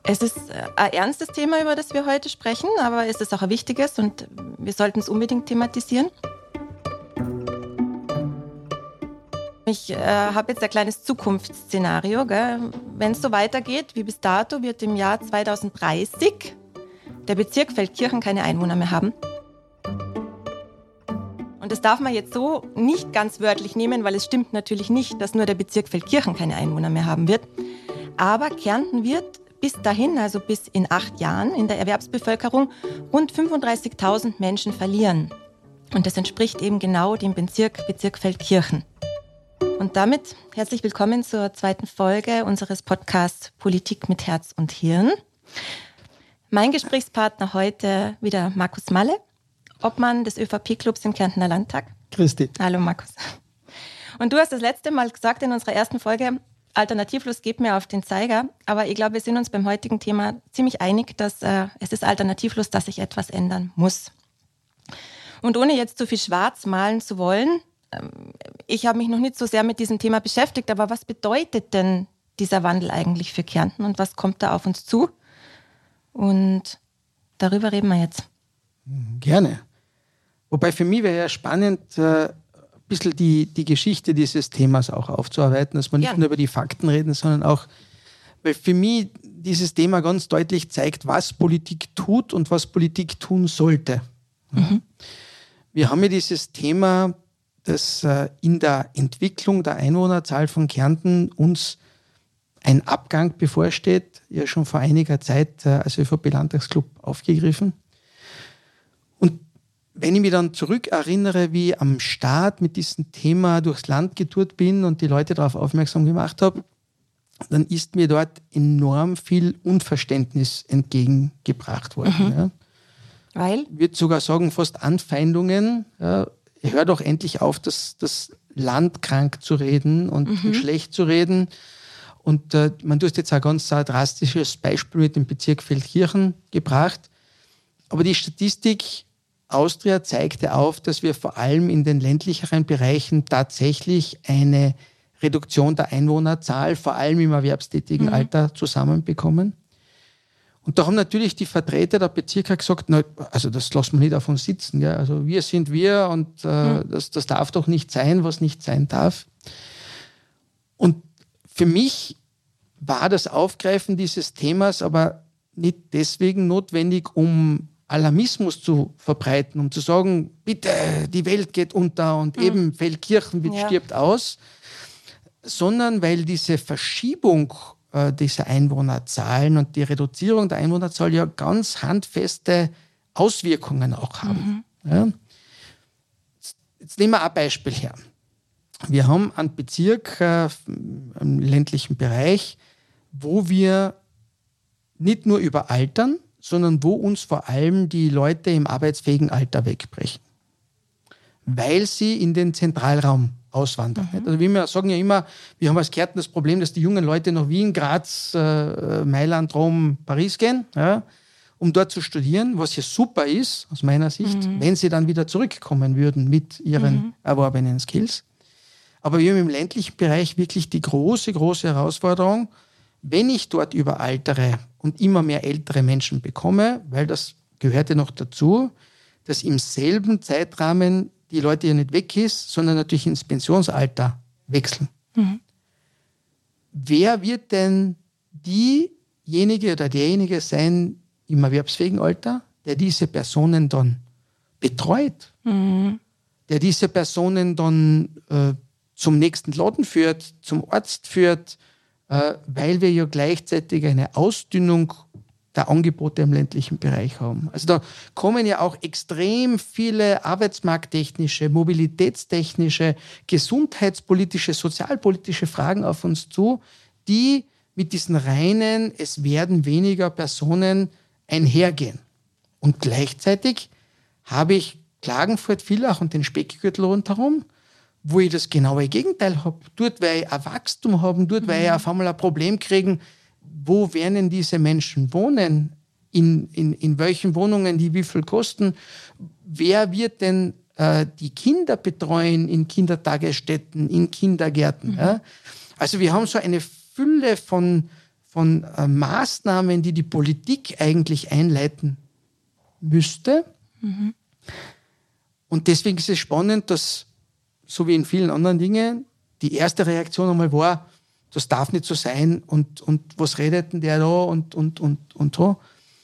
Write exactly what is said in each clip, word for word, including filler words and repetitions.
Es ist ein ernstes Thema, über das wir heute sprechen, aber es ist auch ein wichtiges und wir sollten es unbedingt thematisieren. Ich äh, habe jetzt ein kleines Zukunftsszenario. Wenn es so weitergeht wie bis dato, wird im Jahr zweitausenddreißig der Bezirk Feldkirchen keine Einwohner mehr haben. Und das darf man jetzt so nicht ganz wörtlich nehmen, weil es stimmt natürlich nicht, dass nur der Bezirk Feldkirchen keine Einwohner mehr haben wird. Aber Kärnten wird bis dahin, also bis in acht Jahren, in der Erwerbsbevölkerung rund fünfunddreißigtausend Menschen verlieren. Und das entspricht eben genau dem Bezirk, Bezirk Feldkirchen. Und damit herzlich willkommen zur zweiten Folge unseres Podcasts Politik mit Herz und Hirn. Mein Gesprächspartner heute wieder Markus Malle, Obmann des ÖVP-Clubs im Kärntner Landtag. Grüß dich. Hallo Markus. Und du hast das letzte Mal gesagt in unserer ersten Folge, alternativlos geht mir auf den Zeiger, aber ich glaube, wir sind uns beim heutigen Thema ziemlich einig, dass äh, es ist alternativlos, dass sich etwas ändern muss. Und ohne jetzt zu viel schwarz malen zu wollen, äh, ich habe mich noch nicht so sehr mit diesem Thema beschäftigt, aber was bedeutet denn dieser Wandel eigentlich für Kärnten und was kommt da auf uns zu? Und darüber reden wir jetzt. Gerne. Wobei für mich wäre ja spannend, äh, ein bisschen die, die Geschichte dieses Themas auch aufzuarbeiten, dass wir nicht ja. nur über die Fakten reden, sondern auch, weil für mich dieses Thema ganz deutlich zeigt, was Politik tut und was Politik tun sollte. Mhm. Wir haben ja dieses Thema, dass äh, in der Entwicklung der Einwohnerzahl von Kärnten uns ein Abgang bevorsteht, ja schon vor einiger Zeit äh, als ÖVP-Landtagsclub aufgegriffen. Und wenn ich mich dann zurückerinnere, wie ich am Start mit diesem Thema durchs Land getourt bin und die Leute darauf aufmerksam gemacht habe, dann ist mir dort enorm viel Unverständnis entgegengebracht worden. Mhm. Ja. Weil? Ich würde sogar sagen, fast Anfeindungen. Ja, hör doch endlich auf, das, das Land krank zu reden und mhm. schlecht zu reden. Und äh, man, du hast jetzt ein ganz ein drastisches Beispiel mit dem Bezirk Feldkirchen gebracht. Aber die Statistik Austria zeigte auf, dass wir vor allem in den ländlicheren Bereichen tatsächlich eine Reduktion der Einwohnerzahl, vor allem im erwerbstätigen mhm. Alter, zusammenbekommen. Und da haben natürlich die Vertreter der Bezirke gesagt, na, also das lassen wir nicht auf uns sitzen. Gell? Also wir sind wir und äh, mhm. das, das darf doch nicht sein, was nicht sein darf. Und für mich war das Aufgreifen dieses Themas aber nicht deswegen notwendig, um Alarmismus zu verbreiten, um zu sagen, bitte, die Welt geht unter und mhm. eben Feldkirchen ja. stirbt aus, sondern weil diese Verschiebung äh, dieser Einwohnerzahlen und die Reduzierung der Einwohnerzahl ja ganz handfeste Auswirkungen auch haben. Mhm. Ja. Jetzt nehmen wir ein Beispiel her. Wir haben einen Bezirk äh, im ländlichen Bereich, wo wir nicht nur überaltern, sondern wo uns vor allem die Leute im arbeitsfähigen Alter wegbrechen, weil sie in den Zentralraum auswandern. Mhm. Also wie wir sagen ja immer, wir haben als Kärnten das Problem, dass die jungen Leute nach Wien, Graz, äh, Mailand, Rom, Paris gehen, ja, um dort zu studieren, was ja super ist, aus meiner Sicht, mhm. wenn sie dann wieder zurückkommen würden mit ihren mhm. erworbenen Skills. Aber wir haben im ländlichen Bereich wirklich die große, große Herausforderung, wenn ich dort überaltere und immer mehr ältere Menschen bekomme, weil das gehört ja noch dazu, dass im selben Zeitrahmen die Leute ja nicht weg ist, sondern natürlich ins Pensionsalter wechseln. Mhm. Wer wird denn diejenige oder derjenige sein im erwerbsfähigen Alter, der diese Personen dann betreut, mhm. der diese Personen dann äh, zum nächsten Laden führt, zum Arzt führt, äh, weil wir ja gleichzeitig eine Ausdünnung der Angebote im ländlichen Bereich haben. Also da kommen ja auch extrem viele arbeitsmarkttechnische, mobilitätstechnische, gesundheitspolitische, sozialpolitische Fragen auf uns zu, die mit diesen reinen, es werden weniger Personen einhergehen. Und gleichzeitig habe ich Klagenfurt, Villach und den Speckgürtel rundherum, wo ich das genaue Gegenteil habe. Dort werde ich ein Wachstum haben, dort werde ich auf einmal ein Problem kriegen, wo werden denn diese Menschen wohnen? In, in, in welchen Wohnungen, die wie viel kosten? Wer wird denn äh, die Kinder betreuen in Kindertagesstätten, in Kindergärten? Mhm. Ja? Also wir haben so eine Fülle von, von äh, Maßnahmen, die die Politik eigentlich einleiten müsste. Mhm. Und deswegen ist es spannend, dass, so wie in vielen anderen Dingen, die erste Reaktion einmal war, das darf nicht so sein und, und was redet denn der da und, und, und, und so.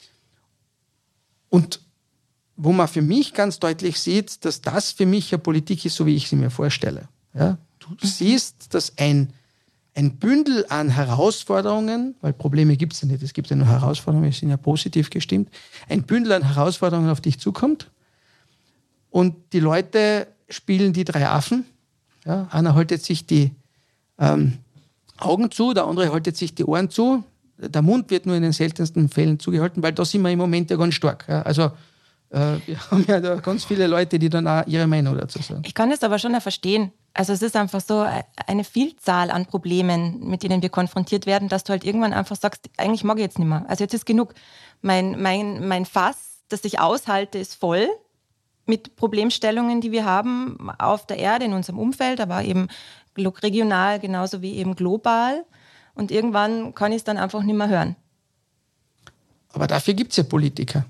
Und wo man für mich ganz deutlich sieht, dass das für mich eine Politik ist, so wie ich sie mir vorstelle. Ja? Du mhm. siehst, dass ein, ein Bündel an Herausforderungen, weil Probleme gibt es ja nicht, es gibt ja nur Herausforderungen, wir sind ja positiv gestimmt, ein Bündel an Herausforderungen auf dich zukommt und die Leute spielen die drei Affen. Ja? Einer haltet sich die ähm, Augen zu, der andere haltet sich die Ohren zu, der Mund wird nur in den seltensten Fällen zugehalten, weil da sind wir im Moment ja ganz stark. Ja? Also äh, wir haben ja da ganz viele Leute, die dann auch ihre Meinung dazu sagen. Ich kann das aber schon verstehen. Also es ist einfach so eine Vielzahl an Problemen, mit denen wir konfrontiert werden, dass du halt irgendwann einfach sagst, eigentlich mag ich jetzt nicht mehr. Also jetzt ist genug. Mein, mein, mein Fass, das ich aushalte, ist voll mit Problemstellungen, die wir haben auf der Erde, in unserem Umfeld, aber eben regional genauso wie eben global. Und irgendwann kann ich es dann einfach nicht mehr hören. Aber dafür gibt es ja Politiker.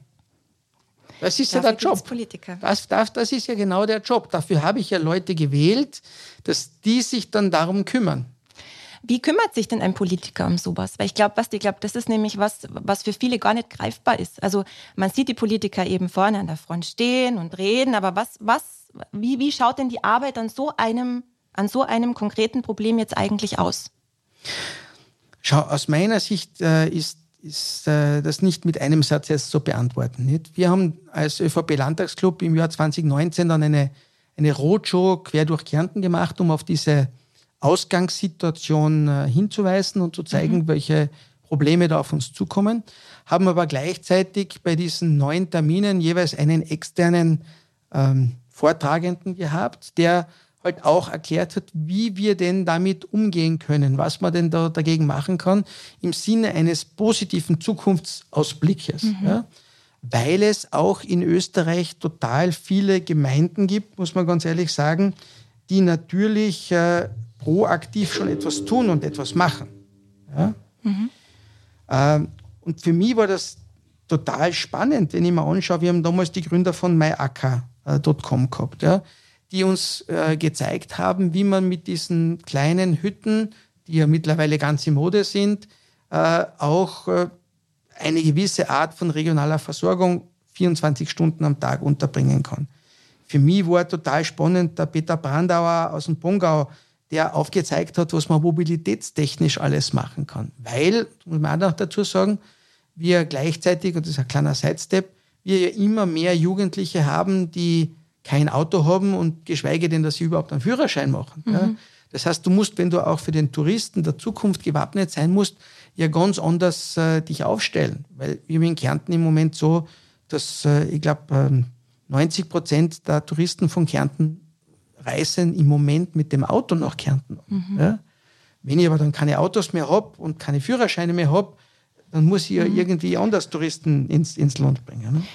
Das ist dafür ja der Job. Politiker. Das, das, das ist ja genau der Job. Dafür habe ich ja Leute gewählt, dass die sich dann darum kümmern. Wie kümmert sich denn ein Politiker um sowas? Weil ich glaube, was ich glaube, das ist nämlich was, was für viele gar nicht greifbar ist. Also man sieht die Politiker eben vorne an der Front stehen und reden, aber was, was, wie, wie schaut denn die Arbeit an so einem, an so einem konkreten Problem jetzt eigentlich aus? Schau, aus meiner Sicht äh, ist ist äh, das nicht mit einem Satz jetzt zu beantworten. Nicht? Wir haben als ÖVP-Landtagsclub im Jahr zwanzig neunzehn dann eine, eine Roadshow quer durch Kärnten gemacht, um auf diese Ausgangssituation äh, hinzuweisen und zu zeigen, mhm. welche Probleme da auf uns zukommen. Haben aber gleichzeitig bei diesen neun Terminen jeweils einen externen ähm, Vortragenden gehabt, der halt auch erklärt hat, wie wir denn damit umgehen können, was man denn da dagegen machen kann, im Sinne eines positiven Zukunftsausblickes. Mhm. Ja? Weil es auch in Österreich total viele Gemeinden gibt, muss man ganz ehrlich sagen, die natürlich äh, proaktiv schon etwas tun und etwas machen. Ja? Mhm. Ähm, und für mich war das total spannend, wenn ich mir anschaue, wir haben damals die Gründer von my acker Punkt com gehabt, ja? die uns äh, gezeigt haben, wie man mit diesen kleinen Hütten, die ja mittlerweile ganz in Mode sind, äh, auch äh, eine gewisse Art von regionaler Versorgung vierundzwanzig Stunden am Tag unterbringen kann. Für mich war total spannend der Peter Brandauer aus dem Pongau, der aufgezeigt hat, was man mobilitätstechnisch alles machen kann. Weil, muss man auch noch dazu sagen, wir gleichzeitig, und das ist ein kleiner Sidestep, wir ja immer mehr Jugendliche haben, die kein Auto haben und geschweige denn, dass sie überhaupt einen Führerschein machen. Mhm. Ja. Das heißt, du musst, wenn du auch für den Touristen der Zukunft gewappnet sein musst, ja ganz anders äh, dich aufstellen. Weil wir haben in Kärnten im Moment so, dass äh, ich glaube, äh, neunzig Prozent der Touristen von Kärnten reisen im Moment mit dem Auto nach Kärnten. Mhm. Ja. Wenn ich aber dann keine Autos mehr habe und keine Führerscheine mehr habe, dann muss ich ja mhm. irgendwie anders Touristen ins, ins Land bringen. Ne?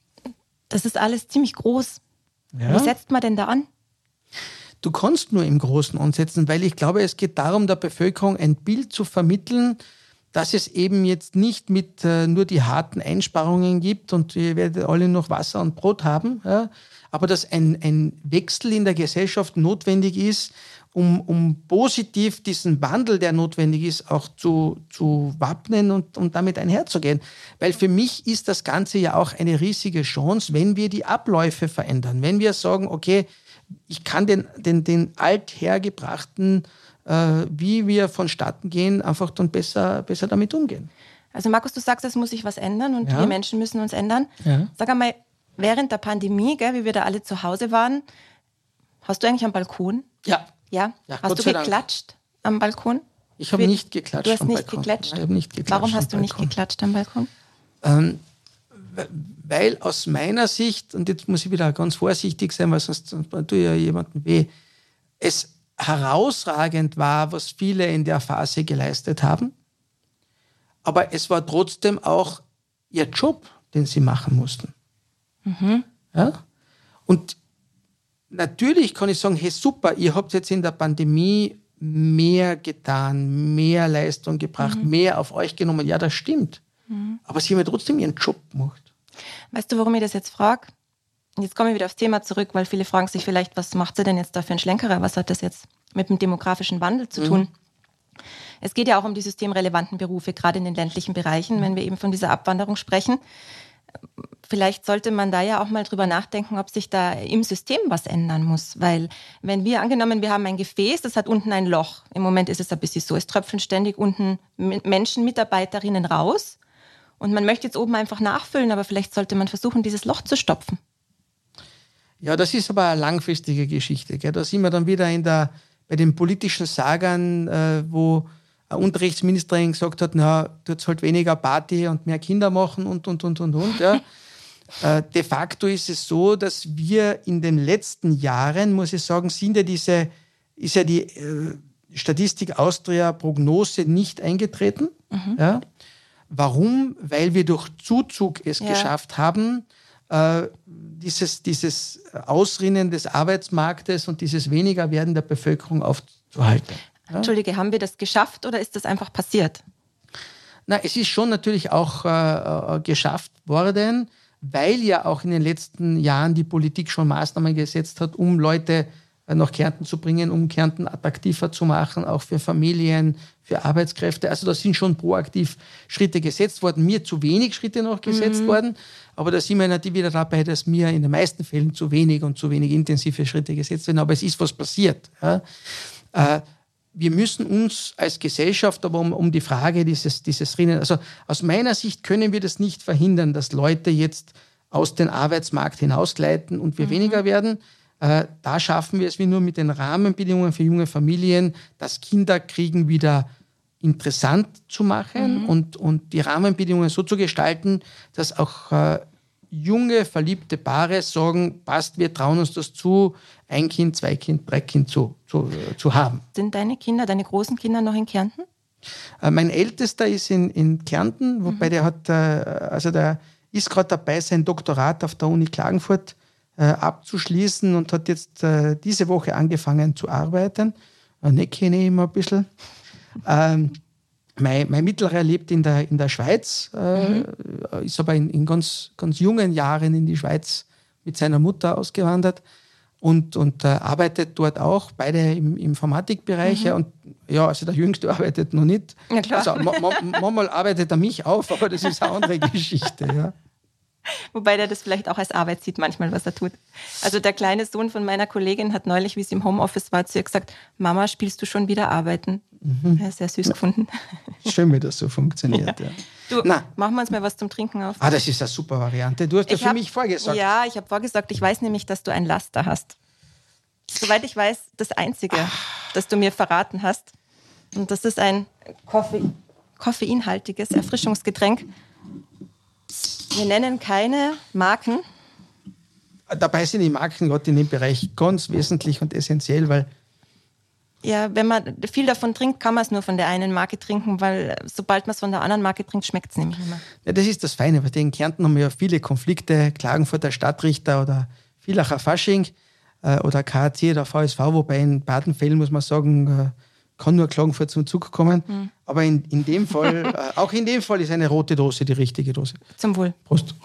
Das ist alles ziemlich groß. Ja. Wie setzt man denn da an? Du kannst nur im Großen ansetzen, weil ich glaube, es geht darum, der Bevölkerung ein Bild zu vermitteln, dass es eben jetzt nicht mit äh, nur die harten Einsparungen gibt und ihr werdet alle noch Wasser und Brot haben, ja, aber dass ein, ein Wechsel in der Gesellschaft notwendig ist, um, um positiv diesen Wandel, der notwendig ist, auch zu, zu wappnen und, und damit einherzugehen. Weil für mich ist das Ganze ja auch eine riesige Chance, wenn wir die Abläufe verändern. Wenn wir sagen, okay, ich kann den, den, den althergebrachten, äh, wie wir vonstatten gehen, einfach dann besser, besser damit umgehen. Also Markus, du sagst, es muss sich was ändern und ja. wir Menschen müssen uns ändern. Ja. Sag einmal, während der Pandemie, gell, wie wir da alle zu Hause waren, hast du eigentlich einen Balkon? Ja. Ja? ja hast du geklatscht Dank. am Balkon? Ich habe nicht geklatscht Du hast am nicht Balkon. geklatscht? Ich habe nicht geklatscht. Warum hast du nicht geklatscht am Balkon? Ähm, weil aus meiner Sicht, und jetzt muss ich wieder ganz vorsichtig sein, weil sonst tue ich ja jemandem weh, es herausragend war, was viele in der Phase geleistet haben, aber es war trotzdem auch ihr Job, den sie machen mussten. Mhm. Ja? Und natürlich kann ich sagen, hey super, ihr habt jetzt in der Pandemie mehr getan, mehr Leistung gebracht, Mhm. mehr auf euch genommen. Ja, das stimmt. Mhm. Aber sie haben ja trotzdem ihren Job gemacht. Weißt du, warum ich das jetzt frage? Jetzt komme ich wieder aufs Thema zurück, weil viele fragen sich vielleicht, was macht sie denn jetzt da für einen Schlenkerer? Was hat das jetzt mit dem demografischen Wandel zu tun? Mhm. Es geht ja auch um die systemrelevanten Berufe, gerade in den ländlichen Bereichen, wenn wir eben von dieser Abwanderung sprechen. Vielleicht sollte man da ja auch mal drüber nachdenken, ob sich da im System was ändern muss. Weil wenn wir angenommen, wir haben ein Gefäß, das hat unten ein Loch. Im Moment ist es ein bisschen so, es tröpfeln ständig unten Menschen, Mitarbeiterinnen raus. Und man möchte jetzt oben einfach nachfüllen, aber vielleicht sollte man versuchen, dieses Loch zu stopfen. Ja, das ist aber eine langfristige Geschichte. Gell? Da sind wir dann wieder in der, bei den politischen Sagern, äh, wo eine Unterrichtsministerin gesagt hat, na, du jetzt halt weniger Party und mehr Kinder machen und, und, und, und, und. Ja. äh, de facto ist es so, dass wir in den letzten Jahren, muss ich sagen, sind ja diese, ist ja die äh, Statistik Austria Prognose nicht eingetreten. Mhm. Ja. Warum? Weil wir durch Zuzug es ja. geschafft haben, äh, dieses, dieses Ausrinnen des Arbeitsmarktes und dieses Wenigerwerden der Bevölkerung aufzuhalten. Ja? Entschuldige, haben wir das geschafft oder ist das einfach passiert? Na, es ist schon natürlich auch äh, geschafft worden, weil ja auch in den letzten Jahren die Politik schon Maßnahmen gesetzt hat, um Leute äh, nach Kärnten zu bringen, um Kärnten attraktiver zu machen, auch für Familien, für Arbeitskräfte. Also da sind schon proaktiv Schritte gesetzt worden. Mir zu wenig Schritte noch gesetzt mhm. worden, aber da sind wir natürlich wieder dabei, dass mir in den meisten Fällen zu wenig und zu wenig intensive Schritte gesetzt werden. Aber es ist was passiert. Ja. Äh, wir müssen uns als Gesellschaft aber um, um die Frage dieses, dieses Rinnen, also aus meiner Sicht können wir das nicht verhindern, dass Leute jetzt aus dem Arbeitsmarkt hinausgleiten und wir mhm. weniger werden. Äh, da schaffen wir es wie nur mit den Rahmenbedingungen für junge Familien, das Kinderkriegen wieder interessant zu machen mhm. und, und die Rahmenbedingungen so zu gestalten, dass auch äh, junge, verliebte Paare sagen, passt, wir trauen uns das zu, ein Kind, zwei Kind, drei Kind zu, zu, äh, zu haben. Sind deine Kinder, deine großen Kinder noch in Kärnten? Äh, mein Ältester ist in, in Kärnten, wobei mhm. der hat, äh, also der ist gerade dabei, sein Doktorat auf der Uni Klagenfurt äh, abzuschließen und hat jetzt äh, diese Woche angefangen zu arbeiten. Äh, necke ihn immer ein bisschen. ähm, mein, mein Mittlerer lebt in der, in der Schweiz, äh, mhm. ist aber in, in ganz, ganz jungen Jahren in die Schweiz mit seiner Mutter ausgewandert und, und äh, arbeitet dort auch, beide im Informatikbereich. Mhm. Ja, und ja, also der Jüngste arbeitet noch nicht. Ja, klar. Also, ma, ma, manchmal arbeitet er mich auf, aber das ist eine andere Geschichte. Ja. Wobei der das vielleicht auch als Arbeit sieht, manchmal, was er tut. Also der kleine Sohn von meiner Kollegin hat neulich, wie sie im Homeoffice war, zu ihr gesagt, Mama, spielst du schon wieder arbeiten? Mhm. Ja, sehr süß gefunden. Schön, wie das so funktioniert. Ja. Ja. Du, Na. machen wir uns mal was zum Trinken auf. Ah, das ist eine super Variante. Du hast ja ich für hab, mich vorgesagt. Ja, ich habe vorgesagt, ich weiß nämlich, dass du ein Laster hast. Soweit ich weiß, das Einzige, ah. das du mir verraten hast. Und das ist ein Koffein, koffeinhaltiges Erfrischungsgetränk. Wir nennen keine Marken. Dabei sind die Marken gerade in dem Bereich ganz wesentlich und essentiell, weil ja, wenn man viel davon trinkt, kann man es nur von der einen Marke trinken, weil sobald man es von der anderen Marke trinkt, schmeckt es nämlich nicht mehr. Ja, das ist das Feine, weil in Kärnten haben wir ja viele Konflikte, Klagenfurter Stadtrichter oder Villacher Fasching äh, oder K A C oder V S V, wobei in beiden Fällen muss man sagen, äh, kann nur Klagenfurt zum Zug kommen. Mhm. Aber in, in dem Fall, äh, auch in dem Fall ist eine rote Dose die richtige Dose. Zum Wohl. Prost.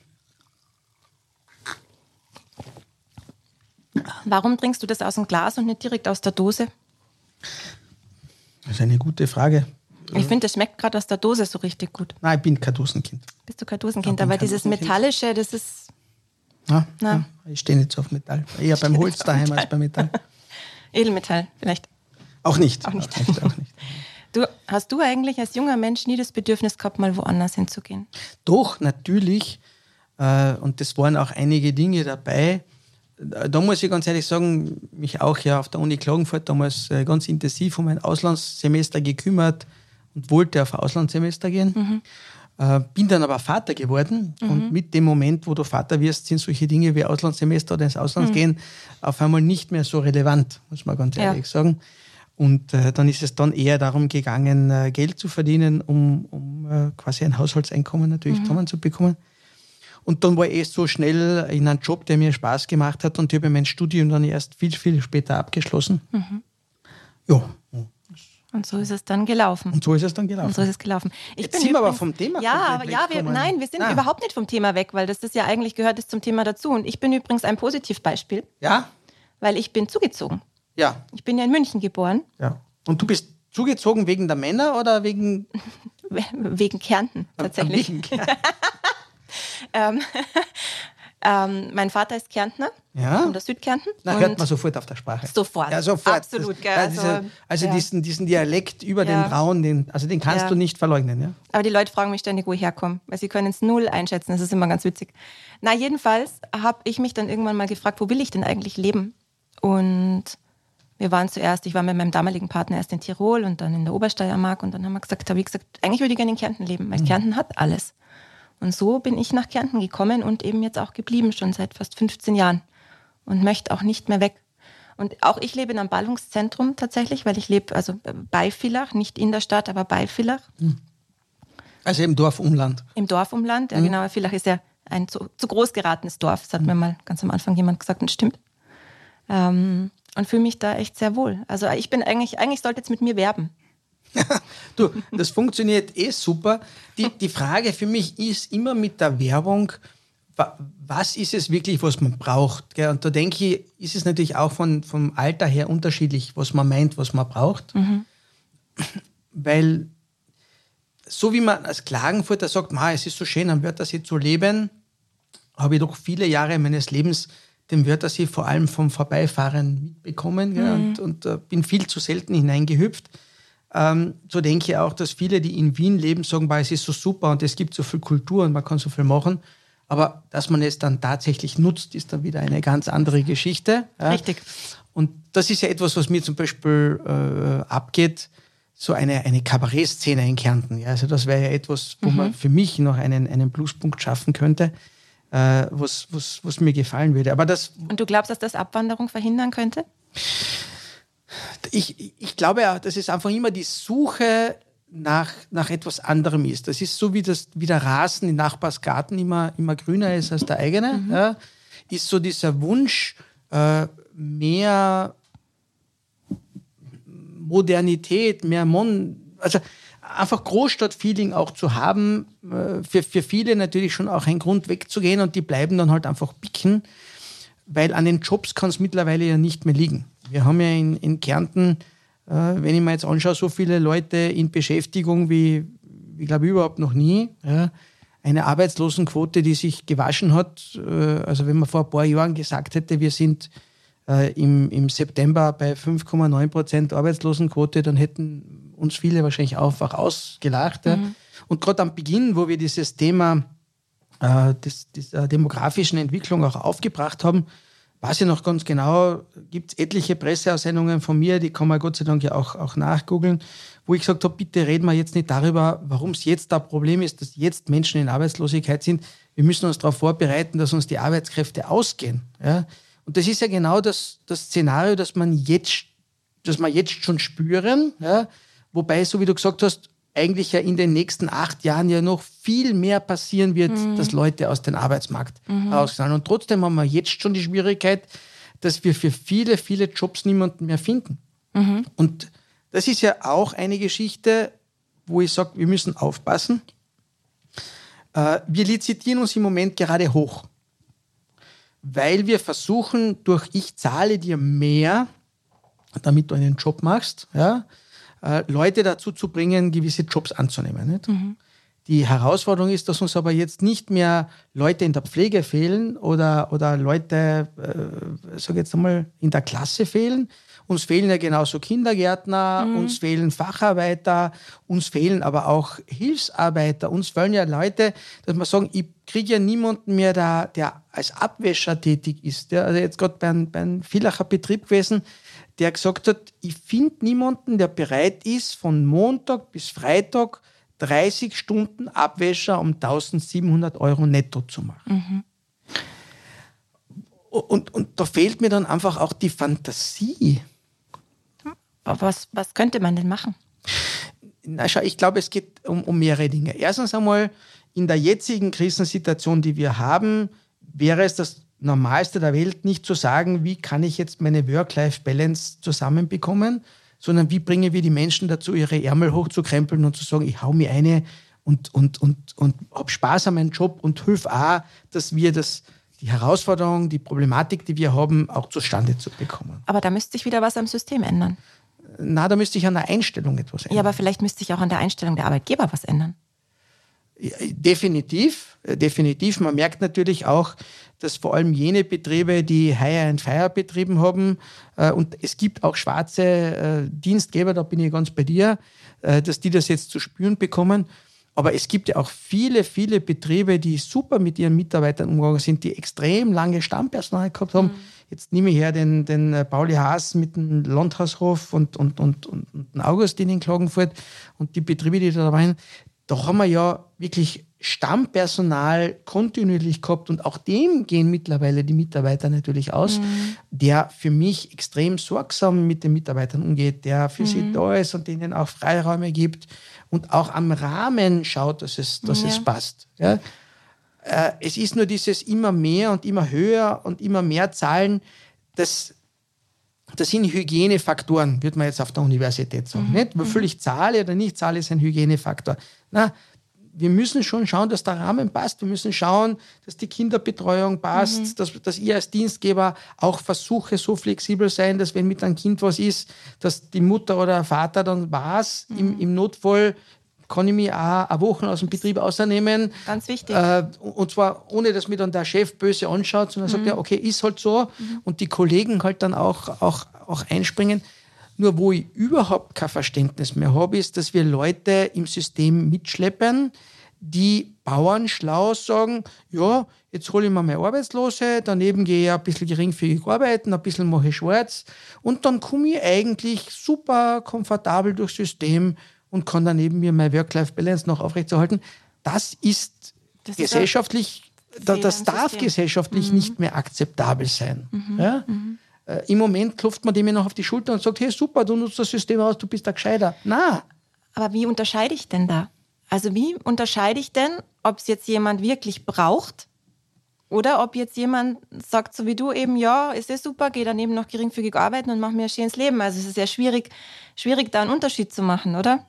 Warum trinkst du das aus dem Glas und nicht direkt aus der Dose? Das ist eine gute Frage. Ich finde, das schmeckt gerade aus der Dose so richtig gut. Nein, ich bin kein Dosenkind. Bist du kein Dosenkind? Ja, aber dieses Metallische, das ist... Ja, ja, ich stehe nicht so auf Metall. Eher beim Holz daheim als beim Metall. Edelmetall vielleicht. Auch nicht. Auch nicht. Auch nicht, auch nicht. Du, hast du eigentlich als junger Mensch nie das Bedürfnis gehabt, mal woanders hinzugehen? Doch, natürlich. Und das waren auch einige Dinge dabei. Da muss ich ganz ehrlich sagen, mich auch ja auf der Uni Klagenfurt damals ganz intensiv um ein Auslandssemester gekümmert und wollte auf ein Auslandssemester gehen. Mhm. Äh, bin dann aber Vater geworden mhm. und mit dem Moment, wo du Vater wirst, sind solche Dinge wie Auslandssemester oder ins Ausland mhm. gehen auf einmal nicht mehr so relevant, muss man ganz ehrlich ja. sagen. Und äh, dann ist es dann eher darum gegangen, äh, Geld zu verdienen, um, um äh, quasi ein Haushaltseinkommen natürlich mhm. zusammenzubekommen. Und dann war ich erst so schnell in einem Job, der mir Spaß gemacht hat und ich habe mein Studium dann erst viel, viel später abgeschlossen. Mhm. Ja. Und so ist es dann gelaufen. Und so ist es dann gelaufen. Und so ist es gelaufen. Ich Jetzt bin sind wir aber übrigens, vom Thema ja, aber komplett ja, wir, weggekommen. nein, wir sind Ah. überhaupt nicht vom Thema weg, weil das ist ja eigentlich gehört ist zum Thema dazu. Und ich bin übrigens ein Positivbeispiel, Ja? weil ich bin zugezogen. Ja. Ich bin ja in München geboren, Ja. Und du bist zugezogen wegen der Männer oder wegen... wegen Kärnten tatsächlich. Wegen, ähm, ähm, mein Vater ist Kärntner, Ja? von der Südkärnten. Na, und hört man sofort auf der Sprache. Sofort. Ja, sofort. Absolut, Das, gell, ja, also, diese, also ja. diesen, diesen Dialekt über Ja. den Braun, den, also den kannst Ja. du nicht verleugnen. Ja? Aber die Leute fragen mich ständig, wo ich herkomme, weil sie können es null einschätzen. Das ist immer ganz witzig. Na, jedenfalls habe ich mich dann irgendwann mal gefragt, wo will ich denn eigentlich leben? Und wir waren zuerst, ich war mit meinem damaligen Partner erst in Tirol und dann in der Obersteiermark und dann haben wir gesagt, habe ich gesagt, eigentlich würde ich gerne in Kärnten leben, weil Mhm. Kärnten hat alles. Und so bin ich nach Kärnten gekommen und eben jetzt auch geblieben, schon seit fast fünfzehn Jahren und möchte auch nicht mehr weg. Und auch ich lebe in einem Ballungszentrum tatsächlich, weil ich lebe also bei Villach, nicht in der Stadt, aber bei Villach. Also im Dorfumland. Im Dorfumland, ja genau. Villach ist ja ein zu, zu groß geratenes Dorf. Das hat mir mal ganz am Anfang jemand gesagt und stimmt. Ähm, und fühle mich da echt sehr wohl. Also ich bin eigentlich, eigentlich sollte jetzt mit mir werben. Du, das funktioniert eh super. Die, die Frage für mich ist immer mit der Werbung, wa- was ist es wirklich, was man braucht? Gell? Und da denke ich, ist es natürlich auch von, vom Alter her unterschiedlich, was man meint, was man braucht. Mhm. Weil so wie man als Klagenfurter sagt, Ma, es ist so schön, am Wörthersee zu leben, habe ich doch viele Jahre meines Lebens den Wörthersee vor allem vom Vorbeifahren mitbekommen, gell? Mhm. und, und äh, bin viel zu selten hineingehüpft. Ähm, so denke ich auch, dass viele, die in Wien leben, sagen, bah, es ist so super und es gibt so viel Kultur und man kann so viel machen. Aber dass man es dann tatsächlich nutzt, ist dann wieder eine ganz andere Geschichte. Ja? Richtig. Und das ist ja etwas, was mir zum Beispiel äh, abgeht, so eine, eine Kabarettszene in Kärnten. Ja? Also das wäre ja etwas, wo Mhm. man für mich noch einen, einen Pluspunkt schaffen könnte, äh, was, was, was mir gefallen würde. Aber das Und du glaubst, dass das Abwanderung verhindern könnte? Ich, ich glaube ja, dass es einfach immer die Suche nach, nach etwas anderem ist. Das ist so, wie, das, wie der Rasen im Nachbarsgarten immer, immer grüner ist als der eigene. Mhm. Ja, ist so dieser Wunsch, äh, mehr Modernität, mehr Mon, also einfach Großstadtfeeling auch zu haben, äh, für, für viele natürlich schon auch ein Grund wegzugehen und die bleiben dann halt einfach picken, weil an den Jobs kann es mittlerweile ja nicht mehr liegen. Wir haben ja in, in Kärnten, äh, wenn ich mir jetzt anschaue, so viele Leute in Beschäftigung wie, wie glaube ich, überhaupt noch nie. Ja. Eine Arbeitslosenquote, die sich gewaschen hat. Äh, also wenn man vor ein paar Jahren gesagt hätte, wir sind äh, im, im September bei fünf Komma neun Prozent Arbeitslosenquote, dann hätten uns viele wahrscheinlich einfach ausgelacht. Ja. Mhm. Und gerade am Beginn, wo wir dieses Thema äh, des, dieser demografischen Entwicklung auch aufgebracht haben, weiß ich noch ganz genau, gibt es etliche Presseaussendungen von mir, die kann man Gott sei Dank ja auch, auch nachgoogeln, wo ich gesagt habe, bitte reden wir jetzt nicht darüber, warum es jetzt ein Problem ist, dass jetzt Menschen in Arbeitslosigkeit sind. Wir müssen uns darauf vorbereiten, dass uns die Arbeitskräfte ausgehen. Ja? Und das ist ja genau das, das Szenario, das man jetzt, das wir jetzt schon spüren. Ja? Wobei, so wie du gesagt hast, eigentlich ja in den nächsten acht Jahren ja noch viel mehr passieren wird, mhm. dass Leute aus dem Arbeitsmarkt mhm. rausgehen. Und trotzdem haben wir jetzt schon die Schwierigkeit, dass wir für viele, viele Jobs niemanden mehr finden. Mhm. Und das ist ja auch eine Geschichte, wo ich sage, wir müssen aufpassen. Äh, wir lizitieren uns im Moment gerade hoch, weil wir versuchen, durch ich zahle dir mehr, damit du einen Job machst, ja, Leute dazu zu bringen, gewisse Jobs anzunehmen. Nicht? Mhm. Die Herausforderung ist, dass uns aber jetzt nicht mehr Leute in der Pflege fehlen oder, oder Leute, äh, sag jetzt einmal, in der Klasse fehlen. Uns fehlen ja genauso Kindergärtner, mhm. uns fehlen Facharbeiter, uns fehlen aber auch Hilfsarbeiter. Uns fehlen ja Leute, dass wir sagen, ich kriege ja niemanden mehr, der, der als Abwäscher tätig ist. Ja, also jetzt gerade bei einem, bei einem Villacher Betrieb gewesen, der gesagt hat, ich finde niemanden, der bereit ist, von Montag bis Freitag dreißig Stunden Abwäscher um eintausendsiebenhundert Euro netto zu machen. Mhm. Und, und da fehlt mir dann einfach auch die Fantasie. Was, was könnte man denn machen? Na schau, ich glaube, es geht um, um mehrere Dinge. Erstens einmal, in der jetzigen Krisensituation, die wir haben, wäre es das Normalste der Welt, nicht zu sagen, wie kann ich jetzt meine Work-Life-Balance zusammenbekommen, sondern wie bringen wir die Menschen dazu, ihre Ärmel hochzukrempeln und zu sagen, ich hau mir eine und, und, und, und habe Spaß an meinem Job und hilf auch, dass wir das, die Herausforderung, die Problematik, die wir haben, auch zustande zu bekommen. Aber da müsste sich wieder was am System ändern. Na, da müsste sich an der Einstellung etwas ändern. Ja, aber vielleicht müsste sich auch an der Einstellung der Arbeitgeber was ändern. Ja, definitiv, definitiv. Man merkt natürlich auch, dass vor allem jene Betriebe, die Hire and Fire betrieben haben, äh, und es gibt auch schwarze äh, Dienstgeber, da bin ich ganz bei dir, äh, dass die das jetzt zu spüren bekommen. Aber es gibt ja auch viele, viele Betriebe, die super mit ihren Mitarbeitern umgegangen sind, die extrem lange Stammpersonal gehabt haben. Mhm. Jetzt nehme ich her den, den Pauli Haas mit dem Landhaushof und, und, und, und, und den Augustin in Klagenfurt und die Betriebe, die da dabei sind. Da haben wir ja wirklich Stammpersonal kontinuierlich gehabt und auch dem gehen mittlerweile die Mitarbeiter natürlich aus, mhm. der für mich extrem sorgsam mit den Mitarbeitern umgeht, der für mhm. sie da ist und denen auch Freiräume gibt und auch am Rahmen schaut, dass es, dass ja. es passt. Ja? Äh, es ist nur dieses immer mehr und immer höher und immer mehr Zahlen, das Das sind Hygienefaktoren, würde man jetzt auf der Universität sagen. Mhm. Nicht? Wie viel ich zahle oder nicht zahle, ist ein Hygienefaktor. Na, wir müssen schon schauen, dass der Rahmen passt. Wir müssen schauen, dass die Kinderbetreuung passt, mhm. dass, dass ich als Dienstgeber auch versuche, so flexibel sein, dass wenn mit einem Kind was ist, dass die Mutter oder der Vater dann weiß, mhm. im, im Notfall kann ich mich auch eine Woche aus dem Betrieb außernehmen. Ganz wichtig. Äh, und zwar ohne, dass mir dann der Chef böse anschaut, sondern mhm. sagt, ja, okay, ist halt so. Mhm. Und die Kollegen halt dann auch, auch, auch einspringen. Nur wo ich überhaupt kein Verständnis mehr habe, ist, dass wir Leute im System mitschleppen, die bauernschlau sagen, ja, jetzt hole ich mir meine Arbeitslose, daneben gehe ich ein bisschen geringfügig arbeiten, ein bisschen mache ich schwarz und dann komme ich eigentlich super komfortabel durchs System und kann daneben mir meine Work-Life-Balance noch aufrechtzuerhalten. Das ist das gesellschaftlich, ist da, das darf System. gesellschaftlich mhm. nicht mehr akzeptabel sein. Mhm. Ja? Mhm. Äh, Im Moment klopft man dem ja noch auf die Schulter und sagt, hey, super, du nutzt das System aus, du bist der Gescheiter. Na. Aber wie unterscheide ich denn da? Also wie unterscheide ich denn, ob es jetzt jemand wirklich braucht oder ob jetzt jemand sagt, so wie du eben, ja, ist ja super, geh daneben noch geringfügig arbeiten und mach mir ein schönes Leben. Also es ist sehr schwierig, schwierig, da einen Unterschied zu machen, oder?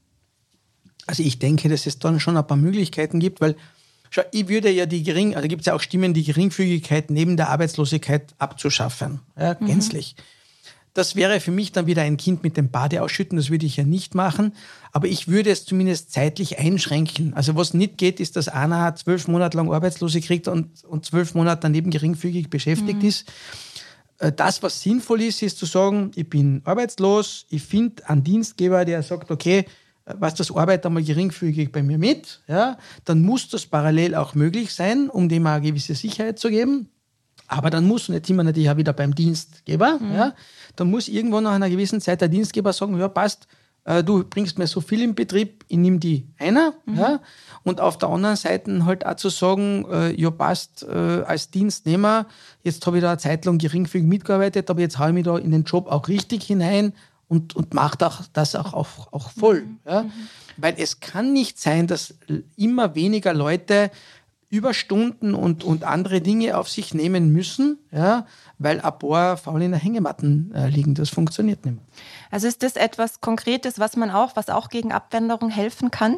Also ich denke, dass es dann schon ein paar Möglichkeiten gibt, weil schau, ich würde ja die gering, also gibt es ja auch Stimmen, die Geringfügigkeit neben der Arbeitslosigkeit abzuschaffen, ja, mhm. gänzlich. Das wäre für mich dann wieder ein Kind mit dem Bade ausschütten, das würde ich ja nicht machen, aber ich würde es zumindest zeitlich einschränken. Also was nicht geht, ist, dass einer zwölf Monate lang Arbeitslose kriegt und, und zwölf Monate daneben geringfügig beschäftigt mhm. ist. Das, was sinnvoll ist, ist zu sagen, ich bin arbeitslos, ich finde einen Dienstgeber, der sagt, okay, was das arbeitet einmal geringfügig bei mir mit, ja, dann muss das parallel auch möglich sein, um dem eine gewisse Sicherheit zu geben. Aber dann muss, nicht immer natürlich auch wieder beim Dienstgeber, mhm. ja, dann muss irgendwann nach einer gewissen Zeit der Dienstgeber sagen, ja passt, äh, du bringst mir so viel im Betrieb, ich nehme die einer. Mhm. Ja, und auf der anderen Seite halt auch zu sagen, äh, ja passt, äh, als Dienstnehmer, jetzt habe ich da eine Zeit lang geringfügig mitgearbeitet, aber jetzt haue ich mich da in den Job auch richtig hinein und, und macht auch das auch, auch, auch voll. Mhm. Ja? Mhm. Weil es kann nicht sein, dass immer weniger Leute Überstunden und, und andere Dinge auf sich nehmen müssen, ja, weil ein paar faul in der Hängematten äh, liegen. Das funktioniert nicht mehr. Also ist das etwas Konkretes, was man auch, was auch gegen Abwanderung helfen kann?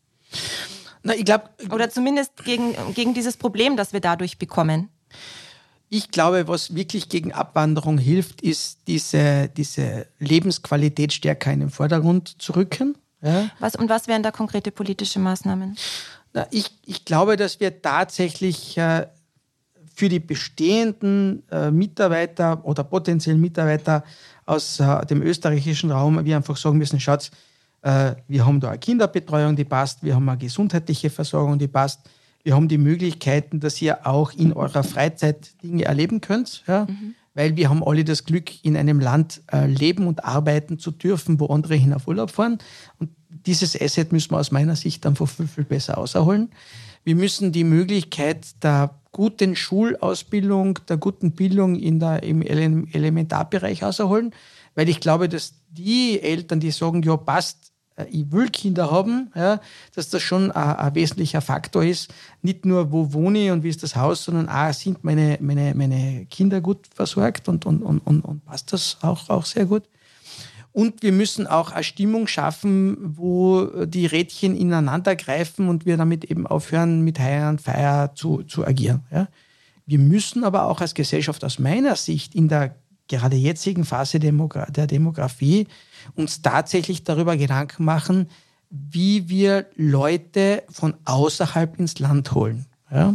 Na, ich glaube, oder zumindest gegen, gegen dieses Problem, das wir dadurch bekommen? Ich glaube, was wirklich gegen Abwanderung hilft, ist diese, diese Lebensqualität stärker in den Vordergrund zu rücken. Ja. Was, und was wären da konkrete politische Maßnahmen? Na, ich, ich glaube, dass wir tatsächlich äh, für die bestehenden äh, Mitarbeiter oder potenziellen Mitarbeiter aus äh, dem österreichischen Raum wir einfach sagen müssen, schaut, äh, wir haben da eine Kinderbetreuung, die passt, wir haben eine gesundheitliche Versorgung, die passt, wir haben die Möglichkeiten, dass ihr auch in eurer Freizeit Dinge erleben könnt, ja? Mhm. Weil wir haben alle das Glück, in einem Land äh, leben und arbeiten zu dürfen, wo andere hin auf Urlaub fahren. Und dieses Asset müssen wir aus meiner Sicht einfach viel, viel besser auserholen. Wir müssen die Möglichkeit der guten Schulausbildung, der guten Bildung in der, im Ele- Elementarbereich auserholen, weil ich glaube, dass die Eltern, die sagen, ja passt, ich will Kinder haben, ja, dass das schon ein, ein wesentlicher Faktor ist. Nicht nur, wo wohne ich und wie ist das Haus, sondern auch, sind meine, meine, meine Kinder gut versorgt und, und, und, und passt das auch, auch sehr gut. Und wir müssen auch eine Stimmung schaffen, wo die Rädchen ineinander greifen und wir damit eben aufhören, mit Hire and Fire zu, zu agieren. Ja? Wir müssen aber auch als Gesellschaft aus meiner Sicht in der gerade jetzigen Phase Demogra- der Demografie uns tatsächlich darüber Gedanken machen, wie wir Leute von außerhalb ins Land holen. Ja?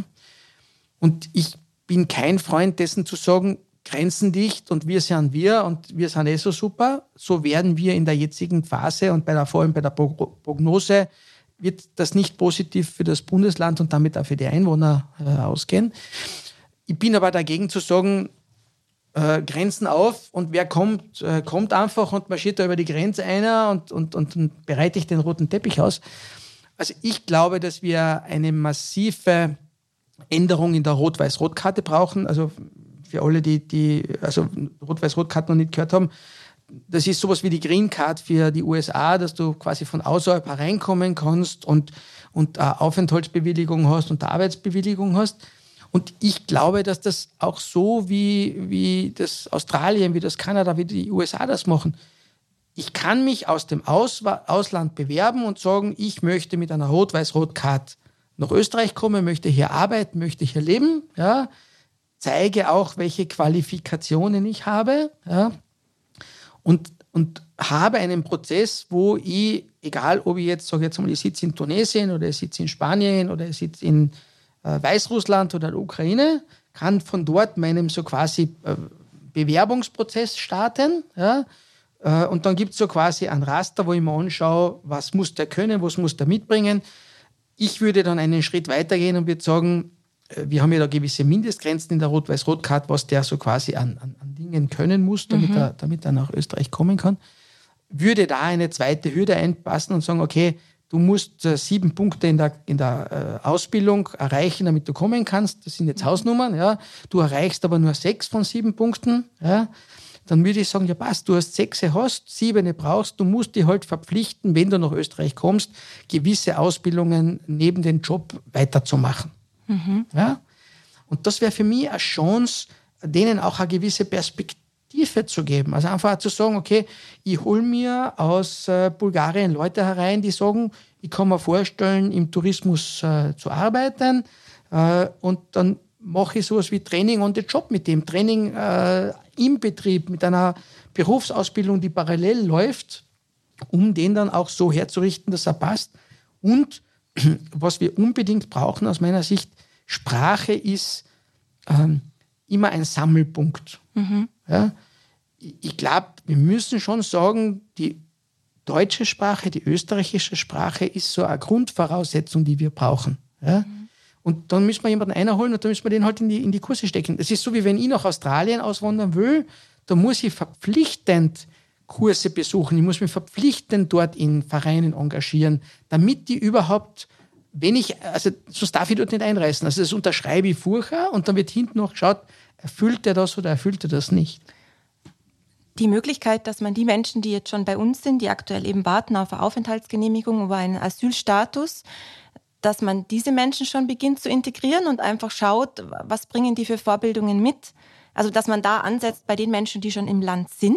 Und ich bin kein Freund dessen zu sagen, Grenzen dicht und wir sind wir und wir sind eh so super. So werden wir in der jetzigen Phase und bei der, vor allem bei der Prognose wird das nicht positiv für das Bundesland und damit auch für die Einwohner äh, ausgehen. Ich bin aber dagegen zu sagen, äh, Grenzen auf und wer kommt, äh, kommt einfach und marschiert da über die Grenze einer und, und, und, und bereite ich den roten Teppich aus. Also ich glaube, dass wir eine massive Änderung in der Rot-Weiß-Rot-Karte brauchen. Also für alle, die, die also Rot-Weiß-Rot-Karte noch nicht gehört haben, das ist sowas wie die Green Card für die U S A, dass du quasi von außerhalb hereinkommen kannst und, und eine Aufenthaltsbewilligung hast und eine Arbeitsbewilligung hast. Und ich glaube, dass das auch so wie, wie das Australien, wie das Kanada, wie die U S A das machen. Ich kann mich aus dem Aus- Ausland bewerben und sagen, ich möchte mit einer Rot-Weiß-Rot-Card nach Österreich kommen, möchte hier arbeiten, möchte hier leben, ja, zeige auch, welche Qualifikationen ich habe, ja, und, und habe einen Prozess, wo ich, egal ob ich jetzt sage, jetzt mal, ich sitze in Tunesien oder ich sitze in Spanien oder ich sitze in äh, Weißrussland oder der Ukraine, kann von dort meinem so quasi äh, Bewerbungsprozess starten, ja, äh, und dann gibt es so quasi ein Raster, wo ich mir anschaue, was muss der können, was muss der mitbringen. Ich würde dann einen Schritt weitergehen und würde sagen, wir haben ja da gewisse Mindestgrenzen in der Rot-Weiß-Rot-Card, was der so quasi an, an, an Dingen können muss, damit, mhm. er, damit er nach Österreich kommen kann. Würde da eine zweite Hürde einpassen und sagen, okay, du musst äh, sieben Punkte in der, in der äh, Ausbildung erreichen, damit du kommen kannst. Das sind jetzt Hausnummern. Ja. Du erreichst aber nur sechs von sieben Punkten. Ja. Dann würde ich sagen, ja passt, du hast sechs, hast, sieben brauchst, du musst dich halt verpflichten, wenn du nach Österreich kommst, gewisse Ausbildungen neben dem Job weiterzumachen. Mhm. Ja? Und das wäre für mich eine Chance, denen auch eine gewisse Perspektive zu geben. Also einfach zu sagen, okay, ich hole mir aus äh, Bulgarien Leute herein, die sagen, ich kann mir vorstellen, im Tourismus äh, zu arbeiten, äh, und dann mache ich sowas wie Training on the Job mit dem. Training äh, im Betrieb, mit einer Berufsausbildung, die parallel läuft, um den dann auch so herzurichten, dass er passt. Und was wir unbedingt brauchen aus meiner Sicht, Sprache ist ähm, immer ein Sammelpunkt. Mhm. Ja? Ich glaube, wir müssen schon sagen, die deutsche Sprache, die österreichische Sprache ist so eine Grundvoraussetzung, die wir brauchen. Ja? Mhm. Und dann müssen wir jemanden einholen und dann müssen wir den halt in die, in die Kurse stecken. Es ist so, wie wenn ich nach Australien auswandern will, da muss ich verpflichtend Kurse besuchen, ich muss mich verpflichtend dort in Vereinen engagieren, damit die überhaupt, wenn ich, also sonst darf ich dort nicht einreißen. Also das unterschreibe ich vorher und dann wird hinten noch geschaut, erfüllt er das oder erfüllt er das nicht. Die Möglichkeit, dass man die Menschen, die jetzt schon bei uns sind, die aktuell eben warten auf eine Aufenthaltsgenehmigung oder einen Asylstatus, dass man diese Menschen schon beginnt zu integrieren und einfach schaut, was bringen die für Vorbildungen mit. Also dass man da ansetzt bei den Menschen, die schon im Land sind.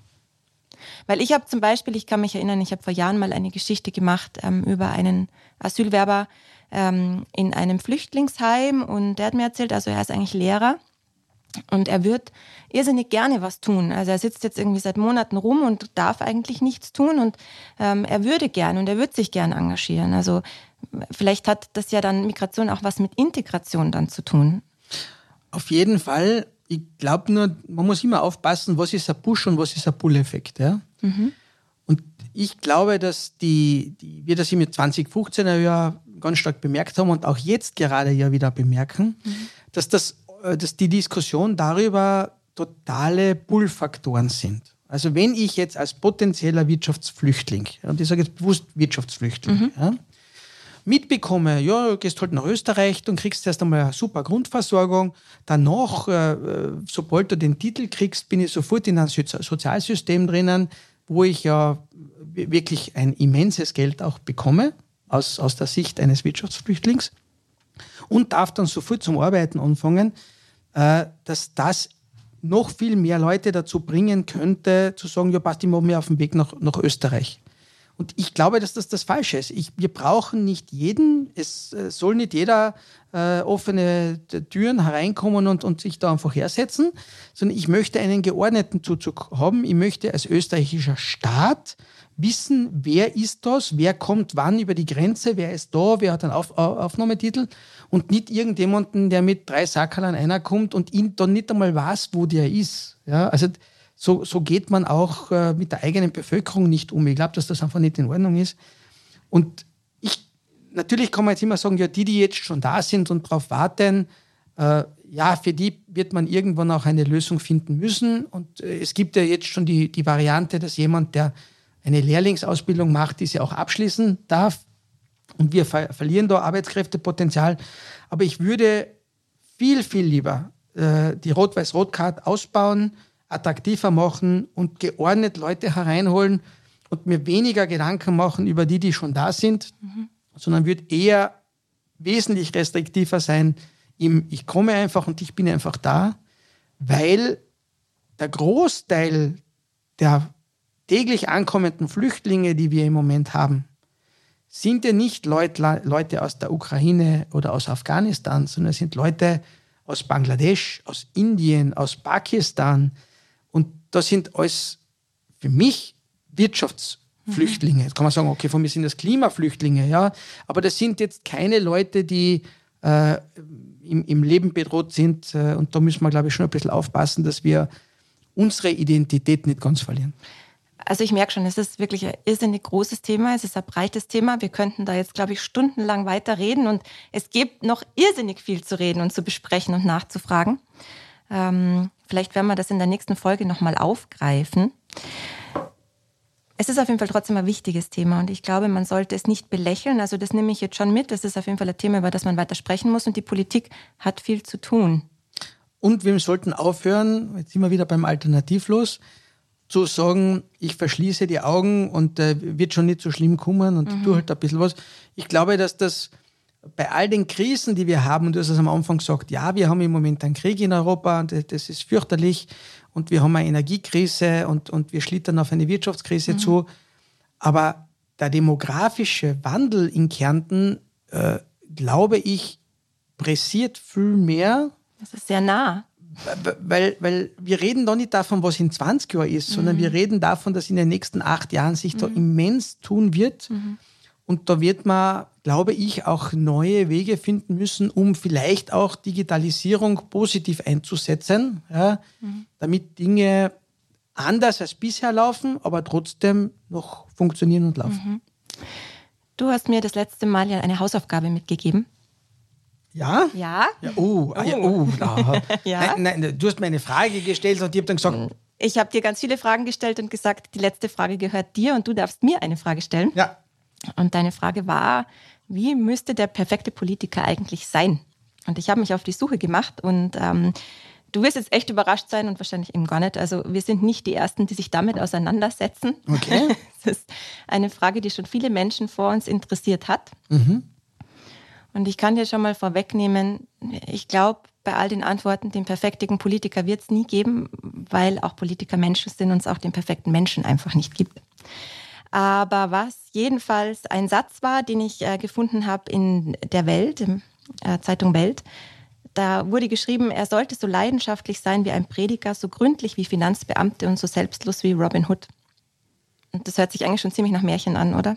Weil ich habe zum Beispiel, ich kann mich erinnern, ich habe vor Jahren mal eine Geschichte gemacht ähm, über einen Asylwerber ähm, in einem Flüchtlingsheim und der hat mir erzählt, also er ist eigentlich Lehrer und er wird irrsinnig gerne was tun. Also er sitzt jetzt irgendwie seit Monaten rum und darf eigentlich nichts tun und ähm, er würde gern und er würde sich gern engagieren. Also vielleicht hat das ja dann Migration auch was mit Integration dann zu tun. Auf jeden Fall. Ich glaube nur, man muss immer aufpassen, was ist ein Push und was ist ein Pull-Effekt. Ja? Mhm. Und ich glaube, dass die, die, wir das im zwanzig fünfzehner Jahr ganz stark bemerkt haben und auch jetzt gerade ja wieder bemerken, mhm. dass, das, dass die Diskussion darüber totale Pull-Faktoren sind. Also wenn ich jetzt als potenzieller Wirtschaftsflüchtling, und ich sage jetzt bewusst Wirtschaftsflüchtling, mhm. ja, mitbekomme, ja, du gehst halt nach Österreich, dann kriegst du erst einmal eine super Grundversorgung. Danach, äh, sobald du den Titel kriegst, bin ich sofort in einem Sozialsystem drinnen, wo ich ja wirklich ein immenses Geld auch bekomme, aus, aus der Sicht eines Wirtschaftsflüchtlings, und darf dann sofort zum Arbeiten anfangen, äh, dass das noch viel mehr Leute dazu bringen könnte, zu sagen, ja passt, ich mache mich auf den Weg nach, nach Österreich. Und ich glaube, dass das das Falsche ist. Ich, wir brauchen nicht jeden, es äh, soll nicht jeder äh, offene Türen hereinkommen und, und sich da einfach hersetzen, sondern ich möchte einen geordneten Zuzug haben. Ich möchte als österreichischer Staat wissen, wer ist das, wer kommt wann über die Grenze, wer ist da, wer hat einen Auf, Aufnahmetitel und nicht irgendjemanden, der mit drei Sackerln einer kommt und ihn dann nicht einmal weiß, wo der ist. Ja, also so, so geht man auch äh, mit der eigenen Bevölkerung nicht um. Ich glaube, dass das einfach nicht in Ordnung ist. Und ich, natürlich kann man jetzt immer sagen, ja, die, die jetzt schon da sind und darauf warten, äh, ja, für die wird man irgendwann auch eine Lösung finden müssen. Und äh, es gibt ja jetzt schon die, die Variante, dass jemand, der eine Lehrlingsausbildung macht, diese auch abschließen darf. Und wir ver- verlieren da Arbeitskräftepotenzial. Aber ich würde viel, viel lieber äh, die Rot-Weiß-Rot-Card ausbauen, attraktiver machen und geordnet Leute hereinholen und mir weniger Gedanken machen über die, die schon da sind, mhm. sondern würde eher wesentlich restriktiver sein im Ich komme einfach und ich bin einfach da, weil der Großteil der täglich ankommenden Flüchtlinge, die wir im Moment haben, sind ja nicht Leute, Leute aus der Ukraine oder aus Afghanistan, sondern es sind Leute aus Bangladesch, aus Indien, aus Pakistan. Und das sind alles für mich Wirtschaftsflüchtlinge. Jetzt kann man sagen, okay, von mir sind das Klimaflüchtlinge, ja. Aber das sind jetzt keine Leute, die äh, im, im Leben bedroht sind. Äh, und da müssen wir, glaube ich, schon ein bisschen aufpassen, dass wir unsere Identität nicht ganz verlieren. Also ich merke schon, es ist wirklich ein irrsinnig großes Thema, es ist ein breites Thema. Wir könnten da jetzt, glaube ich, stundenlang weiter reden und es gibt noch irrsinnig viel zu reden und zu besprechen und nachzufragen. Ähm, vielleicht werden wir das in der nächsten Folge nochmal aufgreifen. Es ist auf jeden Fall trotzdem ein wichtiges Thema und ich glaube, man sollte es nicht belächeln. Also das nehme ich jetzt schon mit. Das ist auf jeden Fall ein Thema, über das man weiter sprechen muss und die Politik hat viel zu tun. Und wir sollten aufhören, jetzt sind wir wieder beim Alternativlos, zu sagen, ich verschließe die Augen und äh, wird schon nicht so schlimm kommen und mhm. tu halt ein bisschen was. Ich glaube, dass das bei all den Krisen, die wir haben, und du hast es am Anfang gesagt, ja, wir haben im Moment einen Krieg in Europa und das ist fürchterlich und wir haben eine Energiekrise und, und wir schlittern auf eine Wirtschaftskrise mhm. zu. Aber der demografische Wandel in Kärnten, äh, glaube ich, pressiert viel mehr. Das ist sehr nah. Weil, weil wir reden da nicht davon, was in zwanzig Jahren ist, sondern mhm. wir reden davon, dass in den nächsten acht Jahren sich mhm. da immens tun wird. Mhm. Und da wird man, glaube ich, auch neue Wege finden müssen, um vielleicht auch Digitalisierung positiv einzusetzen, ja, mhm. damit Dinge anders als bisher laufen, aber trotzdem noch funktionieren und laufen. Mhm. Du hast mir das letzte Mal ja eine Hausaufgabe mitgegeben. Ja? Ja. ja oh, oh. Ja, oh ja. Nein, nein, du hast mir eine Frage gestellt und ich habe dann gesagt... Ich habe dir ganz viele Fragen gestellt und gesagt, die letzte Frage gehört dir und du darfst mir eine Frage stellen. Ja. Und deine Frage war, wie müsste der perfekte Politiker eigentlich sein? Und ich habe mich auf die Suche gemacht und ähm, du wirst jetzt echt überrascht sein und wahrscheinlich eben gar nicht. Also wir sind nicht die Ersten, die sich damit auseinandersetzen. Okay. Das ist eine Frage, die schon viele Menschen vor uns interessiert hat. Mhm. Und ich kann dir schon mal vorwegnehmen, ich glaube, bei all den Antworten, den perfekten Politiker wird es nie geben, weil auch Politiker Menschen sind und es auch den perfekten Menschen einfach nicht gibt. Aber was jedenfalls ein Satz war, den ich äh, gefunden habe in der Welt, in äh, Zeitung Welt, da wurde geschrieben, er sollte so leidenschaftlich sein wie ein Prediger, so gründlich wie Finanzbeamte und so selbstlos wie Robin Hood. Und das hört sich eigentlich schon ziemlich nach Märchen an, oder?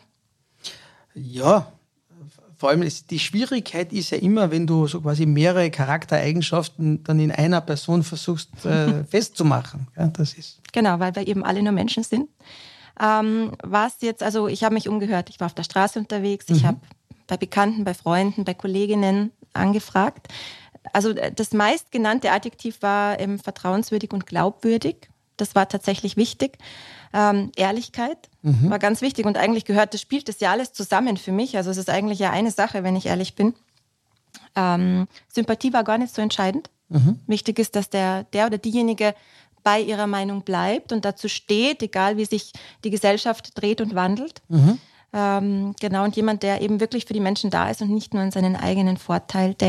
Ja, vor allem ist die Schwierigkeit ist ja immer, wenn du so quasi mehrere Charaktereigenschaften dann in einer Person versuchst äh, festzumachen. Ja, das ist genau, weil wir eben alle nur Menschen sind. Ähm, was jetzt, also ich habe mich umgehört, ich war auf der Straße unterwegs, ich mhm. habe bei Bekannten, bei Freunden, bei Kolleginnen angefragt. Also das meistgenannte Adjektiv war ähm, vertrauenswürdig und glaubwürdig. Das war tatsächlich wichtig. Ähm, Ehrlichkeit mhm. war ganz wichtig und eigentlich gehört, das spielt das ja alles zusammen für mich. Also es ist eigentlich ja eine Sache, wenn ich ehrlich bin. Ähm, Sympathie war gar nicht so entscheidend. Mhm. Wichtig ist, dass der, der oder diejenige bei ihrer Meinung bleibt und dazu steht, egal wie sich die Gesellschaft dreht und wandelt. Mhm. Ähm, genau, und jemand, der eben wirklich für die Menschen da ist und nicht nur an seinen eigenen Vorteil denkt.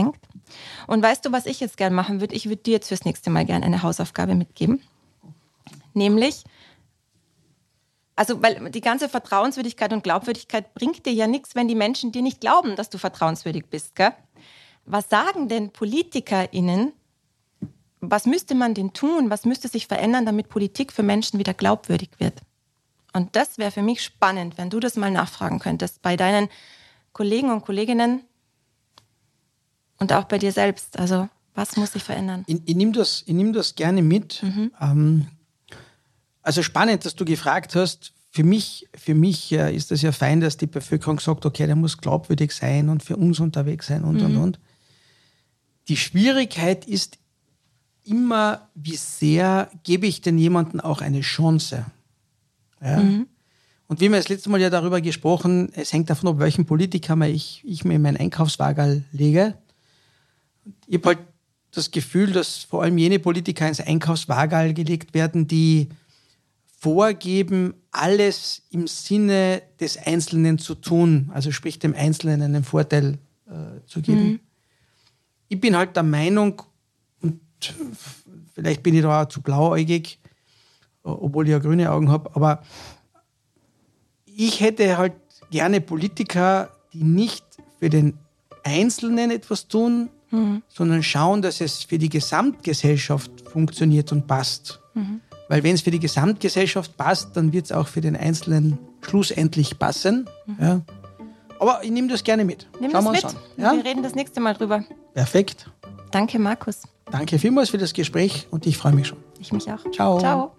Und weißt du, was ich jetzt gern machen würde? Ich würde dir jetzt fürs nächste Mal gerne eine Hausaufgabe mitgeben. Nämlich, also weil die ganze Vertrauenswürdigkeit und Glaubwürdigkeit bringt dir ja nichts, wenn die Menschen dir nicht glauben, dass du vertrauenswürdig bist, gell? Was sagen denn PolitikerInnen, was müsste man denn tun, was müsste sich verändern, damit Politik für Menschen wieder glaubwürdig wird? Und das wäre für mich spannend, wenn du das mal nachfragen könntest bei deinen Kollegen und Kolleginnen und auch bei dir selbst. Also was muss sich verändern? Ich, ich nehme das, ich nehm das gerne mit. Mhm. Ähm, also spannend, dass du gefragt hast. Für mich, für mich äh, ist das ja fein, dass die Bevölkerung sagt, okay, der muss glaubwürdig sein und für uns unterwegs sein und, mhm. und, und. Die Schwierigkeit ist immer, wie sehr gebe ich denn jemandem auch eine Chance? Ja? Mhm. Und wie wir das letzte Mal ja darüber gesprochen, es hängt davon ab, welchen Politiker ich, ich mir in meinen Einkaufswagen lege. Ich habe halt das Gefühl, dass vor allem jene Politiker ins Einkaufswagen gelegt werden, die vorgeben, alles im Sinne des Einzelnen zu tun, also sprich dem Einzelnen einen Vorteil äh, zu geben. Mhm. Ich bin halt der Meinung, und vielleicht bin ich da auch zu blauäugig, obwohl ich ja grüne Augen habe, aber ich hätte halt gerne Politiker, die nicht für den Einzelnen etwas tun, mhm. sondern schauen, dass es für die Gesamtgesellschaft funktioniert und passt. Mhm. Weil wenn es für die Gesamtgesellschaft passt, dann wird es auch für den Einzelnen schlussendlich passen. Mhm. Ja. Aber ich nehme das gerne mit. Nimm Schauen das wir uns mit. An. Ja? Wir reden das nächste Mal drüber. Perfekt. Danke, Markus. Danke vielmals für das Gespräch und ich freue mich schon. Ich mich auch. Ciao. Ciao.